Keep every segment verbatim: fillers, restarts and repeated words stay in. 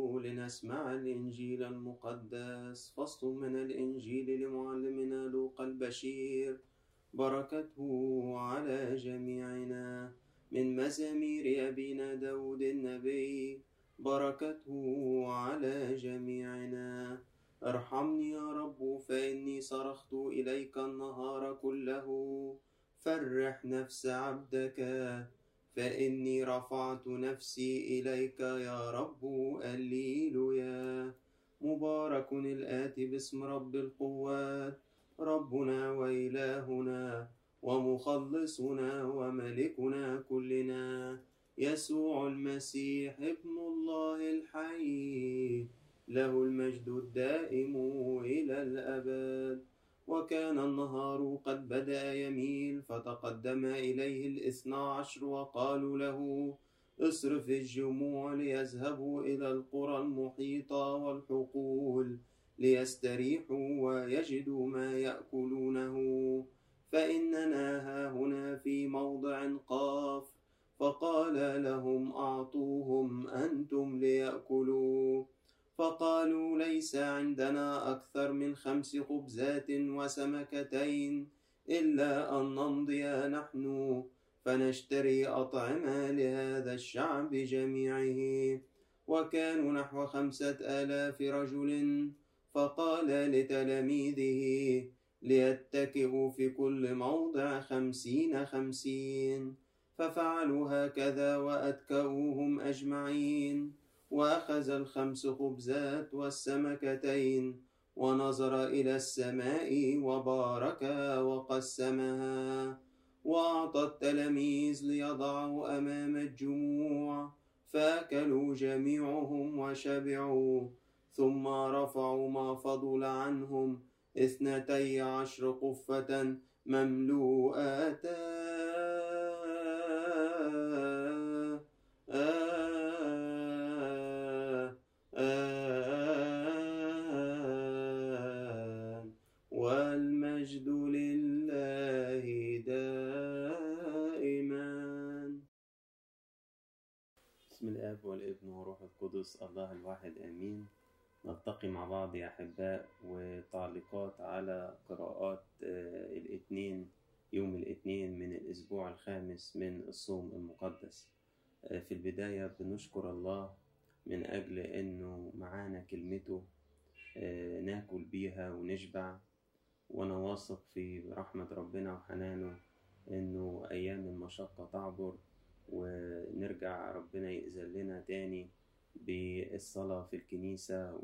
لنسمع الإنجيل المقدس. فصل من الإنجيل لمعلمنا لوقا البشير، بركته على جميعنا. من مزامير أبينا داود النبي، بركته على جميعنا. ارحمني يا رب فإني صرخت إليك النهار كله، فرح نفس عبدك فإني رفعت نفسي إليك يا رب. هللويا. مبارك الآتي باسم رب القوات، ربنا وإلهنا ومخلصنا وملكنا كلنا، يسوع المسيح ابن الله الحي، له المجد الدائم إلى الأبد. وكان النهار قد بدأ يميل، فتقدم إليه الاثنى عشر وقالوا له اصرف الجموع ليذهبوا إلى القرى المحيطة والحقول ليستريحوا ويجدوا ما يأكلونه، فإننا هاهنا في موضع قاف. فقال لهم أعطوهم أنتم ليأكلوا. فقالوا ليس عندنا أكثر من خمس خبزات وسمكتين، إلا أن نمضي نحن فنشتري أطعمة لهذا الشعب جميعه. وكانوا نحو خمسة آلاف رجل. فقال لتلاميذه ليتكئوا في كل موضع خمسين خمسين. ففعلوا هكذا وأتكأوهم أجمعين. وأخذ الخمس خبزات والسمكتين ونظر إلى السماء وباركها وقسمها وأعطى التلاميذ ليضعوا أمام الجموع، فأكلوا جميعهم وشبعوا. ثم رفعوا ما فضل عنهم اثنتي عشر قفة مملوءة والمجد لله دائما. بسم الآب والابن وروح القدس الله الواحد آمين. نلتقي مع بعض يا أحباء وتعليقات على قراءات الاثنين يوم الاثنين من الأسبوع الخامس من الصوم المقدس. في البداية بنشكر الله من أجل أنه معانا كلمته ناكل بيها ونشبع، وأنا واثق في رحمة ربنا وحنانه أنه أيام المشقة تعبر ونرجع ربنا يأذن لنا تاني بالصلاة في الكنيسة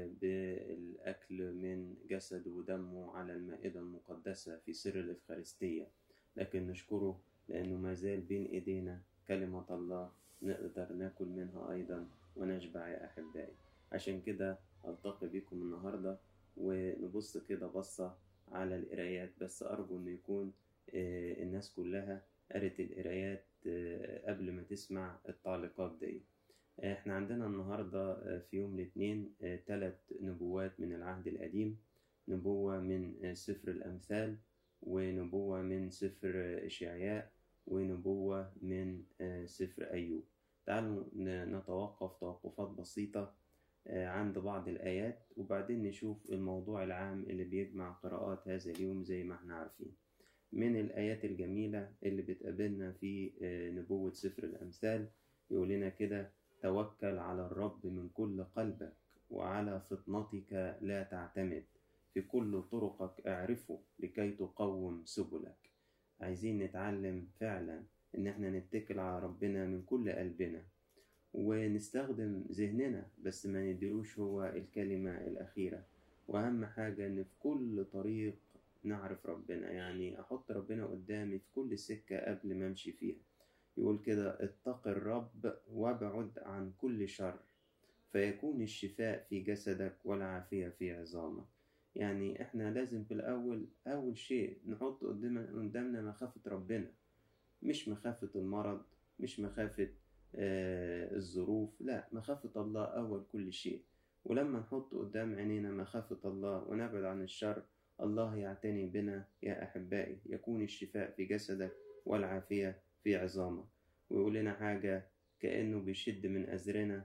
وبالأكل من جسد ودمه على المائدة المقدسة في سر الإفخارستية. لكن نشكره لأنه ما زال بين إيدينا كلمة الله نقدر ناكل منها أيضا ونشبع يا أحبائي. عشان كده ألتقي بكم النهاردة ونبص كده بصة على القرايات، بس أرجو أن يكون الناس كلها قرأت القرايات قبل ما تسمع التعليقات دي. احنا عندنا النهاردة في يوم الاثنين ثلاث نبوات من العهد القديم، نبوة من سفر الأمثال، ونبوة من سفر إشعياء، ونبوة من سفر أيوب. تعالوا نتوقف توقفات بسيطة عند بعض الآيات وبعدين نشوف الموضوع العام اللي بيجمع قراءات هذا اليوم. زي ما احنا عارفين من الآيات الجميلة اللي بتقابلنا في نبوة سفر الأمثال، يقول لنا كده: توكل على الرب من كل قلبك وعلى فطنتك لا تعتمد، في كل طرقك اعرفه لكي تقوم سبلك. عايزين نتعلم فعلا ان احنا نتكل على ربنا من كل قلبنا ونستخدم ذهننا، بس ما نديلوش هو الكلمة الأخيرة. وأهم حاجة ان في كل طريق نعرف ربنا، يعني أحط ربنا قدامي في كل سكة قبل ما أمشي فيها. يقول كده: اتق الرب وابعد عن كل شر، فيكون الشفاء في جسدك والعافية في عظامك. يعني احنا لازم في الأول أول شيء نحط قدامنا مخافة ربنا، مش مخافة المرض، مش مخافة آه الظروف، لا، مخافة الله أول كل شيء. ولما نحط قدام عينينا مخافة الله ونبعد عن الشر، الله يعتني بنا يا أحبائي، يكون الشفاء في جسدك والعافية في عظامك. ويقول لنا حاجة كأنه بيشد من أزرنا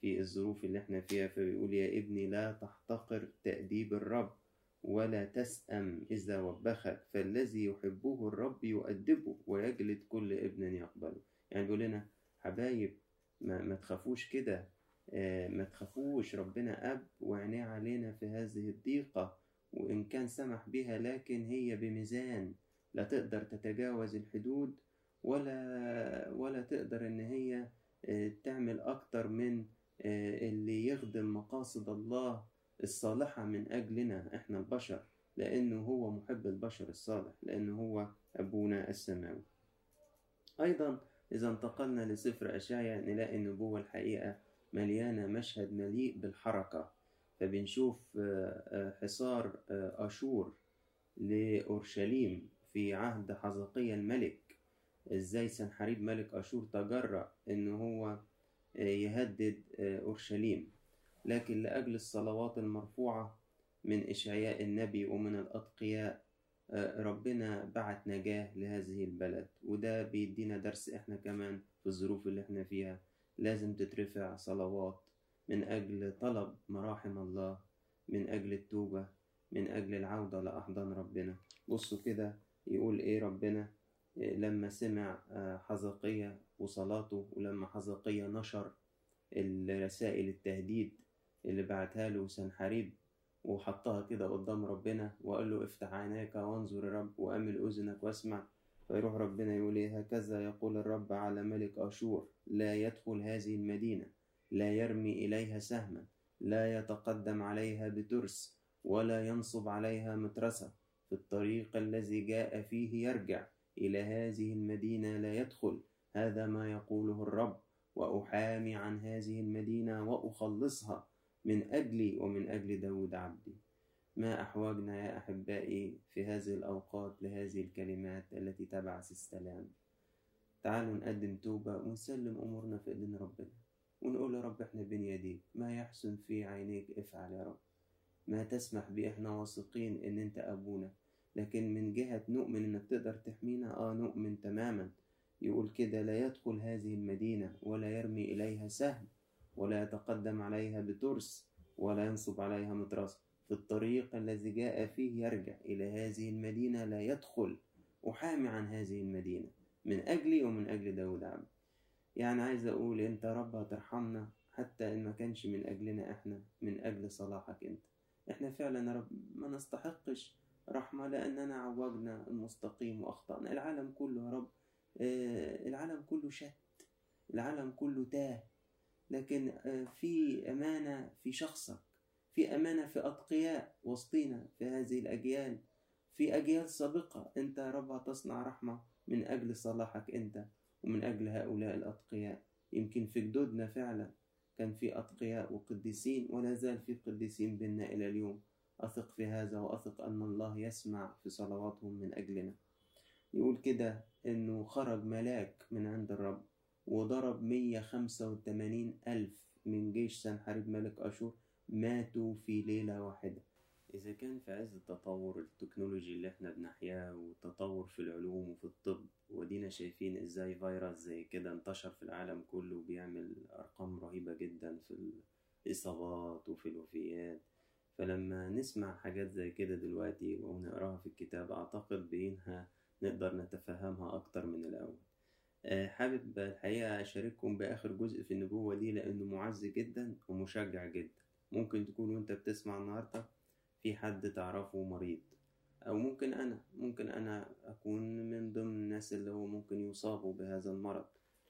في الظروف اللي احنا فيها، فبيقول يا ابني لا تحتقر تأديب الرب ولا تسأم إذا وبخك، فالذي يحبه الرب يؤدبه ويجلد كل ابن يقبله. يعني بيقول لنا حبايب ما, ما تخافوش كده، آه ما تخافوش، ربنا أب وعينيه علينا في هذه الضيقة، وإن كان سمح بها لكن هي بميزان، لا تقدر تتجاوز الحدود ولا ولا تقدر إن هي آه تعمل أكتر من آه اللي يخدم مقاصد الله الصالحة من أجلنا إحنا البشر، لأنه هو محب البشر الصالح، لأنه هو أبونا السماوي. أيضا إذا انتقلنا لسفر أشعيا نلاقي النبوة الحقيقة مليانة مشهد مليء بالحركة. فبنشوف حصار أشور لأورشليم في عهد حزقيا الملك، إزاي سنحريب ملك أشور تجرأ إنه هو يهدد أورشليم، لكن لأجل الصلوات المرفوعة من إشعياء النبي ومن الأتقياء ربنا بعت نجاة لهذه البلد. وده بيدينا درس إحنا كمان في الظروف اللي إحنا فيها لازم تترفع صلوات من أجل طلب مراحم الله، من أجل التوبة، من أجل العودة لأحضان ربنا. بصوا كده يقول إيه ربنا لما سمع حزقية وصلاته، ولما حزقية نشر الرسائل التهديد اللي بعتها له سنحريب وحطها كده قدام ربنا وقال له افتح عينيك وانظر يا رب وأمل أذنك واسمع. فيروح ربنا يقول ايه هكذا يقول الرب على ملك أشور لا يدخل هذه المدينة، لا يرمي إليها سهما، لا يتقدم عليها بترس، ولا ينصب عليها مترسة، في الطريق الذي جاء فيه يرجع، إلى هذه المدينة لا يدخل، هذا ما يقوله الرب، وأحامي عن هذه المدينة وأخلصها من أجلي ومن أجل داود عبدي. ما أحوجنا يا أحبائي في هذه الأوقات لهذه الكلمات التي تبعث السلام. تعالوا نقدم توبة ونسلم أمورنا في إيدين ربنا ونقول يا رب إحنا بين يديك، ما يحسن في عينيك افعل يا رب، ما تسمح به إحنا واثقين إن أنت أبونا، لكن من جهة نؤمن إنك تقدر تحمينا، آه نؤمن تماما. يقول كده لا يدخل هذه المدينة ولا يرمي إليها سهم، ولا يتقدم عليها بترس، ولا ينصب عليها مترسة، في الطريق الذي جاء فيه يرجع، إلى هذه المدينة لا يدخل، أحامي عن هذه المدينة من أجلي ومن أجل داود عبد. يعني عايز أقول أنت رب هترحمنا حتى إن ما كانش من أجلنا إحنا، من أجل صلاحك أنت. إحنا فعلا يا رب ما نستحقش رحمة لأننا عوجنا المستقيم وأخطأنا. العالم كله يا رب آه العالم كله شت، العالم كله تاه، لكن آه في أمانة في شخصك، في أمانة في أتقياء وسطينا في هذه الأجيال، في أجيال سابقة. أنت يا رب هتصنع رحمة من أجل صلاحك أنت ومن أجل هؤلاء الأتقياء. يمكن في جدودنا فعلا كان في أتقياء وقديسين، ولا زال في قديسين بيننا إلى اليوم. أثق في هذا وأثق أن الله يسمع في صلواتهم من أجلنا. يقول كده إنه خرج ملاك من عند الرب وضرب مية وخمسة وثمانين ألف من جيش سنحريب ملك أشور، ماتوا في ليلة واحدة. إذا كان في عز التطور التكنولوجي اللي احنا بنحياه والتطور في العلوم وفي الطب، ودينا شايفين ازاي فيروس زي كده انتشر في العالم كله وبيعمل أرقام رهيبة جدا في الإصابات وفي الوفيات، فلما نسمع حاجات زي كده دلوقتي ونقراها في الكتاب أعتقد بإنها نقدر نتفهمها أكتر من الأول. حابب الحقيقة أشارككم بآخر جزء في النبوة دي لأنه معز جدا ومشجع جدا. ممكن تكون وانت بتسمع النهاردة في حد تعرفه مريض، أو ممكن أنا ممكن أنا أكون من ضمن الناس اللي هو ممكن يصابوا بهذا المرض.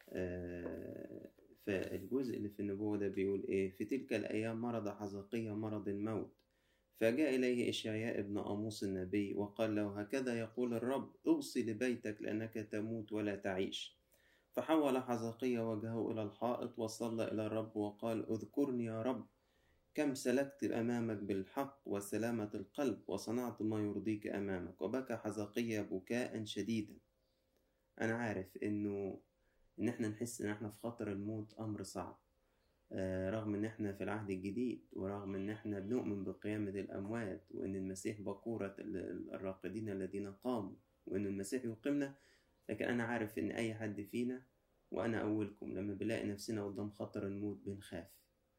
فالجزء اللي في النبوة ده بيقول إيه؟ في تلك الأيام مرض حزقية مرض الموت، فجاء إليه إشعياء ابن آموس النبي وقال له هكذا يقول الرب اوصي لبيتك لأنك تموت ولا تعيش. فحول حزقية وجهه إلى الحائط وصلى إلى الرب وقال اذكرني يا رب كم سلكت أمامك بالحق وسلامة القلب وصنعت ما يرضيك أمامك. وبكى حزقية بكاء شديدا. أنا عارف إنه إن إحنا نحس إن إحنا في خطر الموت أمر صعب، آه رغم إن إحنا في العهد الجديد، ورغم إن إحنا بنؤمن بقيامة الأموات وإن المسيح بكورة الراقدين الذين قاموا وإن المسيح يقيمنا، لكن أنا عارف إن أي حد فينا وأنا أولكم لما بلاقي نفسنا قدام خطر الموت بنخاف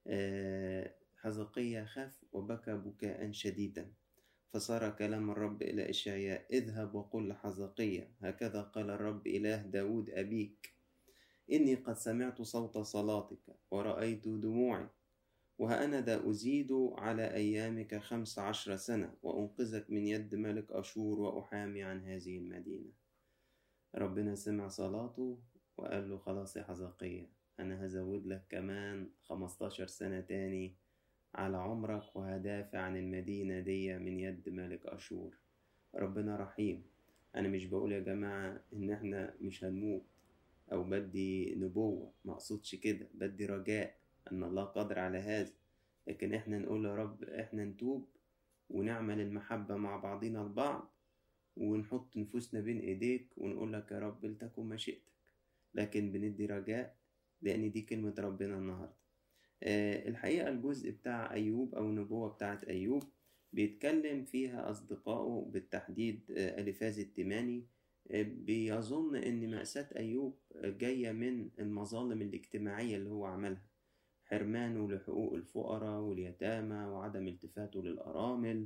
حزقيا خاف وبكى بكاء شديدا، فصار كلام الرب إلى إشعياء: اذهب وقل لحزقيا: هكذا قال الرب إله داود أبيك، إني قد سمعت صوت صلاتك ورأيت دموعك، وها أنا ذا أزيد على أيامك خمس عشر سنة وأنقذك من يد ملك أشور وأحامي عن هذه المدينة. ربنا سمع صلاته وقال له: خلاص يا حزقيا، أنا هزود لك كمان خمستاشر سنة تاني على عمرك، وهدافع عن المدينة دي من يد ملك أشور. ربنا رحيم. أنا مش بقول يا جماعة إن إحنا مش هنموت أو بدي نبوة، ما أقصدش كده، بدي رجاء أن الله قادر على هذا، لكن إحنا نقول يا رب إحنا نتوب ونعمل المحبة مع بعضنا البعض، ونحط نفوسنا بين إيديك ونقول لك يا رب لتكن مشيئتك، لكن بندي رجاء لأن دي كلمة ربنا النهاردة. أه الحقيقة الجزء بتاع أيوب أو النبوة بتاعت أيوب بيتكلم فيها أصدقائه بالتحديد أه أليفاز التيماني أه بيظن أن مأساة أيوب جاية من المظالم الاجتماعية اللي هو عملها، حرمانه لحقوق الفقراء واليتامى وعدم التفاته للأرامل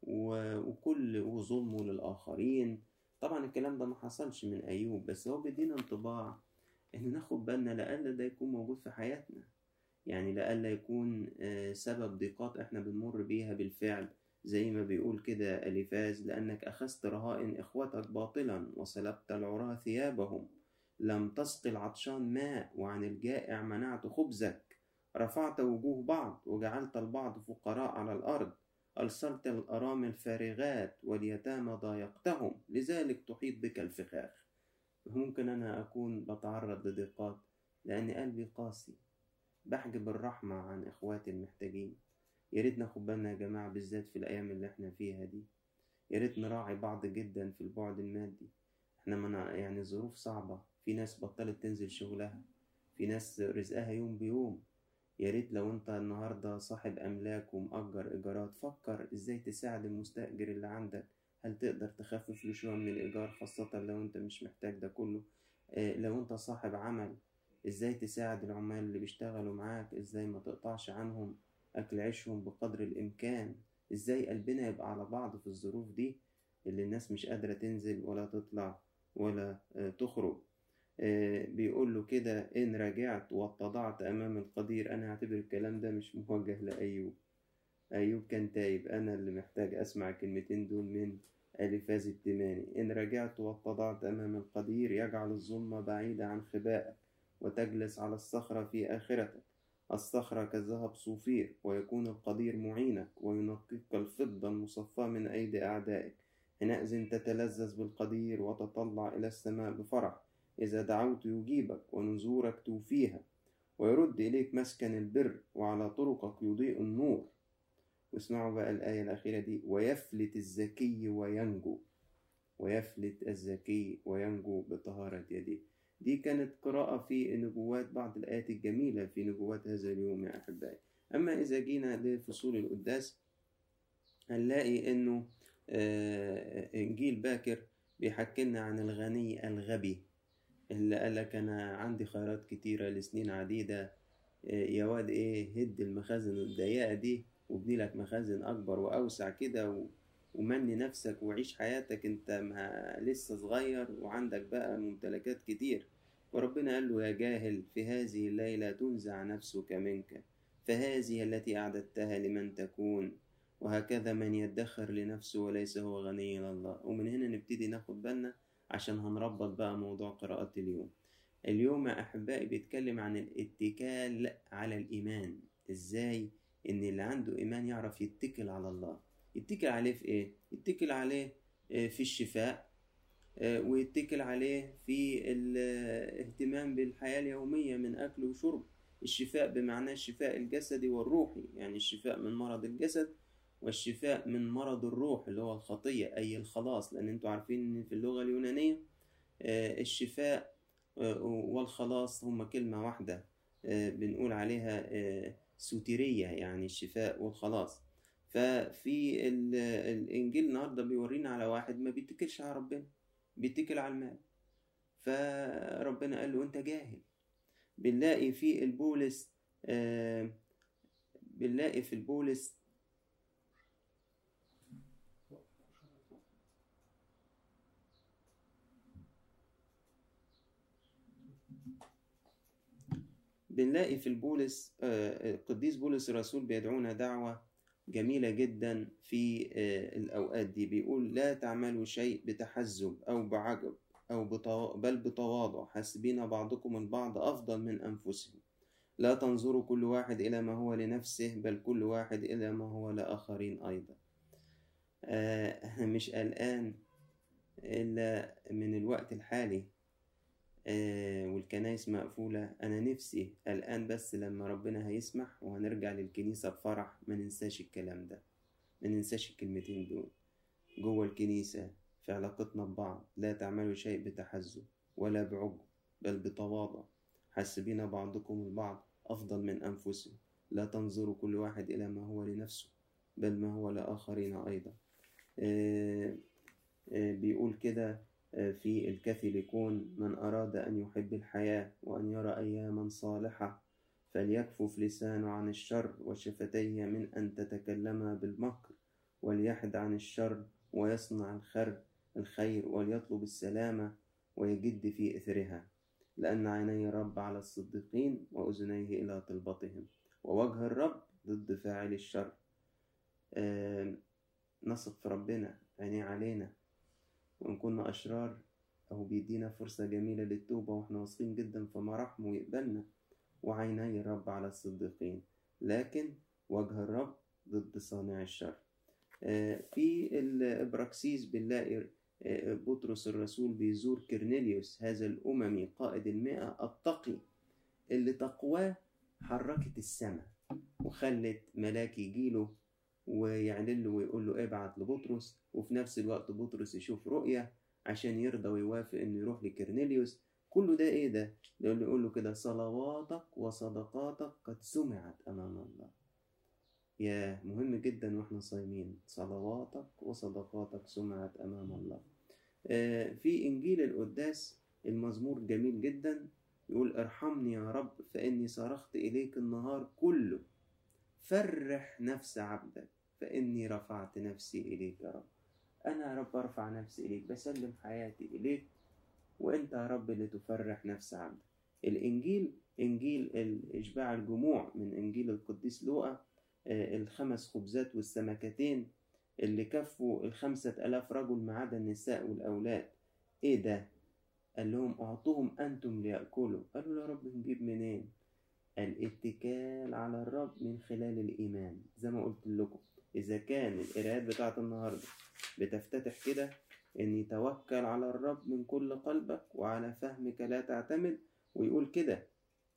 وكل وظلمه للآخرين. طبعا الكلام ده ما حصلش من أيوب، بس هو بيدينا انطباع إن ناخد بالنا لألا ده يكون موجود في حياتنا، يعني لألا يكون سبب ضيقات إحنا بنمر بيها بالفعل، زي ما بيقول كده أليفاز: لأنك أخذت رهائن إخوتك باطلا وسلبت العراة ثيابهم، لم تسق العطشان ماء وعن الجائع منعت خبزك، رفعت وجوه بعض وجعلت البعض فقراء على الأرض، ألصرت الأرامل فارغات واليتامى ضايقتهم، لذلك تحيط بك الفخاخ. ممكن أنا أكون بتعرض لضيقات لأن قلبي قاسي، بحجب الرحمة عن إخواتي المحتاجين. ياريت ناخد بالنا يا جماعة، بالذات في الأيام اللي احنا فيها دي، ياريت نراعي بعض جدا في البعد المادي. احنا منا يعني الظروف صعبة، في ناس بطلت تنزل شغلها، في ناس رزقها يوم بيوم. ياريت لو انت النهاردة صاحب أملاك ومأجر إيجارات، فكر ازاي تساعد المستأجر اللي عندك. هل تقدر تخفف له شوية من الإيجار، خاصة لو انت مش محتاج ده كله؟ اه لو انت صاحب عمل، ازاي تساعد العمال اللي بيشتغلوا معاك، ازاي ما تقطعش عنهم أكل عيشهم بقدر الإمكان. ازاي قلبنا يبقى على بعض في الظروف دي اللي الناس مش قادرة تنزل ولا تطلع ولا اه تخرج. بيقول له كده: إن رجعت واتضعت أمام القدير. أنا هعتبر الكلام ده مش موجه لأيوب، أيوب كان تايب، أنا اللي محتاج أسمع الكلمتين دول من أليفاز التيماني. إن رجعت واتضعت أمام القدير يجعل الظلمة بعيدة عن خبائك وتجلس على الصخرة في آخرتك. الصخرة كالذهب صوفير، ويكون القدير معينك وينقيك الفضة المصفاة من أيدي أعدائك. حينئذ تتلذذ بالقدير وتطلع إلى السماء بفرح، إذا دعوت يجيبك ونزورك توفيها، ويرد إليك مسكن البر وعلى طرقك يضيء النور. واسمعوا بقى الآية الأخيرة دي: ويفلت الذكي وينجو. ويفلت الذكي وينجو بطهارة يديه. دي كانت قراءة في نبوات، بعض الآيات الجميلة في نبوات هذا اليوم يا أحبائي. أما إذا جينا لفصول القداس هنلاقي إنه إنجيل باكر بيحكي لنا عن الغني الغبي اللي قالك أنا عندي خيرات كتيرة لسنين عديدة، يا واد إيه، هد المخازن الضيقة دي وابني لك مخازن أكبر وأوسع كده، ومني نفسك وعيش حياتك، أنت ما لسه صغير وعندك بقى ممتلكات كتير. وربنا قال له: يا جاهل، في هذه الليلة تنزع نفسك منك، فهذه التي أعددتها لمن تكون، وهكذا من يدخر لنفسه وليس هو غني لله. ومن هنا نبتدي ناخد بالنا عشان هنربط بقى موضوع قراءات اليوم. اليوم يا أحبائي بيتكلم عن الاتكال على الإيمان. إزاي إن اللي عنده إيمان يعرف يتكل على الله. يتكل عليه في إيه؟ يتكل عليه في الشفاء، ويتكل عليه في الاهتمام بالحياة اليومية من أكل وشرب. الشفاء بمعنى الشفاء الجسدي والروحي، يعني الشفاء من مرض الجسد والشفاء من مرض الروح اللي هو الخطية، أي الخلاص. لأن أنتوا عارفين إن في اللغة اليونانية الشفاء والخلاص هما كلمة واحدة، بنقول عليها سوتيرية، يعني الشفاء والخلاص. ففي الإنجيل النهاردة بيورينا على واحد ما بيتكلش على ربنا، بيتكل على المال. فربنا قال له: أنت جاهل. بنلاقي في البولس بنلاقي في البولس بنلاقي في البولس القديس بولس الرسول بيدعونا دعوة جميلة جدا في الأوقات دي. بيقول: لا تعملوا شيء بتحزب أو بعجب أو بتو... بل بتواضع، حاسبين بعضكم البعض أفضل من أنفسهم. لا تنظروا كل واحد إلى ما هو لنفسه، بل كل واحد إلى ما هو لآخرين أيضا. أنا مش قلقان إلا من الوقت الحالي آه والكنايس مقفولة. أنا نفسي الآن بس لما ربنا هيسمح وهنرجع للكنيسة بفرح ما ننساش الكلام ده، ما ننساش الكلمتين دول جوه الكنيسة في علاقتنا ببعض. لا تعملوا شيء بتحزب ولا بعجب بل بتواضع، حاسبين بعضكم البعض أفضل من أنفسهم. لا تنظروا كل واحد إلى ما هو لنفسه، بل ما هو لآخرين أيضا. آه آه بيقول كده في الكاثوليكون: من أراد أن يحب الحياة وأن يرى أياما صالحة فليكفف لسانه عن الشر وشفتيه من أن تتكلما بالمكر، وليحد عن الشر ويصنع الخير الخير وليطلب السلامة ويجد في إثرها، لأن عيني الرب على الصديقين وأذنيه إلى طلبتهم، ووجه الرب ضد فاعل الشر. آه نثق في ربنا، عينيه علينا، وإن كنا أشرار أو بيدينا فرصة جميلة للتوبة، وإحنا واثقين جدا في مراحمه ويقبلنا. وعيني الرب على الصديقين، لكن وجه الرب ضد صانع الشر. في الإبراكسيس بنلاقي بطرس الرسول بيزور كرنيليوس هذا الأممي قائد المئة التقي اللي تقواه حركت السماء وخلت ملاك يجيله ويعلن له ويقول له ابعت لبطرس، وفي نفس الوقت بطرس يشوف رؤية عشان يرضى ويوافق انه يروح لكرنيليوس. كله ده ايه ده؟ لأنه يقول له كده: صلواتك وصدقاتك قد سمعت أمام الله. يا مهم جدا واحنا صايمين، صلواتك وصدقاتك سمعت أمام الله. آه في إنجيل القداس المزمور جميل جدا، يقول: ارحمني يا رب فإني صرخت إليك النهار كله، فرح نفس عبدك فإني رفعت نفسي إليك. يا رب أنا يا رب أرفع نفسي إليك، بسلم حياتي إليك، وأنت يا رب اللي تفرح نفس عبدك. الإنجيل إنجيل إشباع الجموع من إنجيل القديس لوقا، الخمس خبزات والسمكتين اللي كفوا الخمسة ألاف رجل ما عدا النساء والأولاد. إيه ده؟ قال لهم: أعطوهم أنتم ليأكلوا. قالوا: يا رب نجيب منين؟ الاتكال على الرب من خلال الإيمان. زي ما قلت لكم، إذا كان القراءات بتاعت النهاردة بتفتتح كده: إن توكل على الرب من كل قلبك وعلى فهمك لا تعتمد، ويقول كده: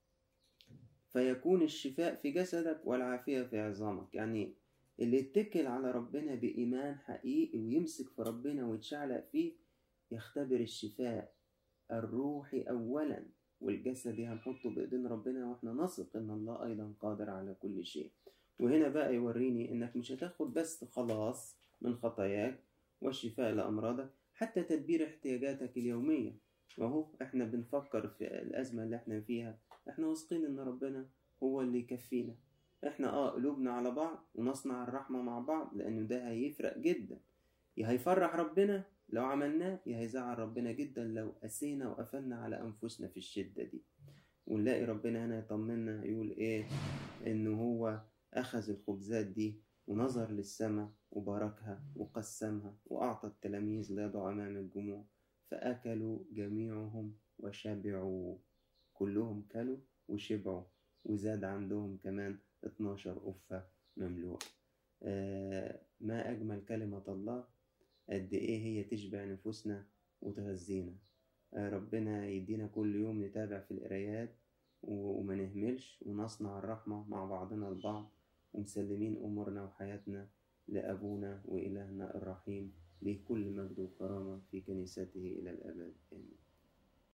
فيكون الشفاء في جسدك والعافية في عظامك. يعني اللي يتكل على ربنا بإيمان حقيقي ويمسك في ربنا ويتشعلق فيه يختبر الشفاء الروحي أولا، والجسدي هنحطه بإيدين ربنا، وإحنا نثق إن الله أيضا قادر على كل شيء. وهنا بقى يوريني إنك مش هتاخد بس خلاص من خطاياك والشفاء لأمراضك، حتى تدبير احتياجاتك اليومية. وهو إحنا بنفكر في الأزمة اللي إحنا فيها، إحنا واثقين إن ربنا هو اللي يكفينا. إحنا آه قلوبنا على بعض ونصنع الرحمة مع بعض، لأنه ده هيفرق جدا. يا هيفرح ربنا لو عملناه، يا هيزعل ربنا جدا لو قسينا وقفلنا على أنفسنا في الشدة دي. ونلاقي ربنا هنا يطمنا، يقول إيه؟ إنه هو أخذ الخبزات دي ونظر للسماء وباركها وقسمها وأعطى التلاميذ ليضعوا أمام الجموع، فأكلوا جميعهم وشبعوا. كلهم كلوا وشبعوا، وزاد عندهم كمان اتناشر قفة مملوءة. آه ما أجمل كلمة الله، قد إيه هي تشبع نفوسنا وتغذينا. آه ربنا يدينا كل يوم نتابع في القرايات وما نهملش، ونصنع الرحمة مع بعضنا البعض، ومسلمين أمورنا وحياتنا لأبونا وإلهنا الرحيم، له كل مجد وكرامة في كنيسته إلى الأبد. آمين.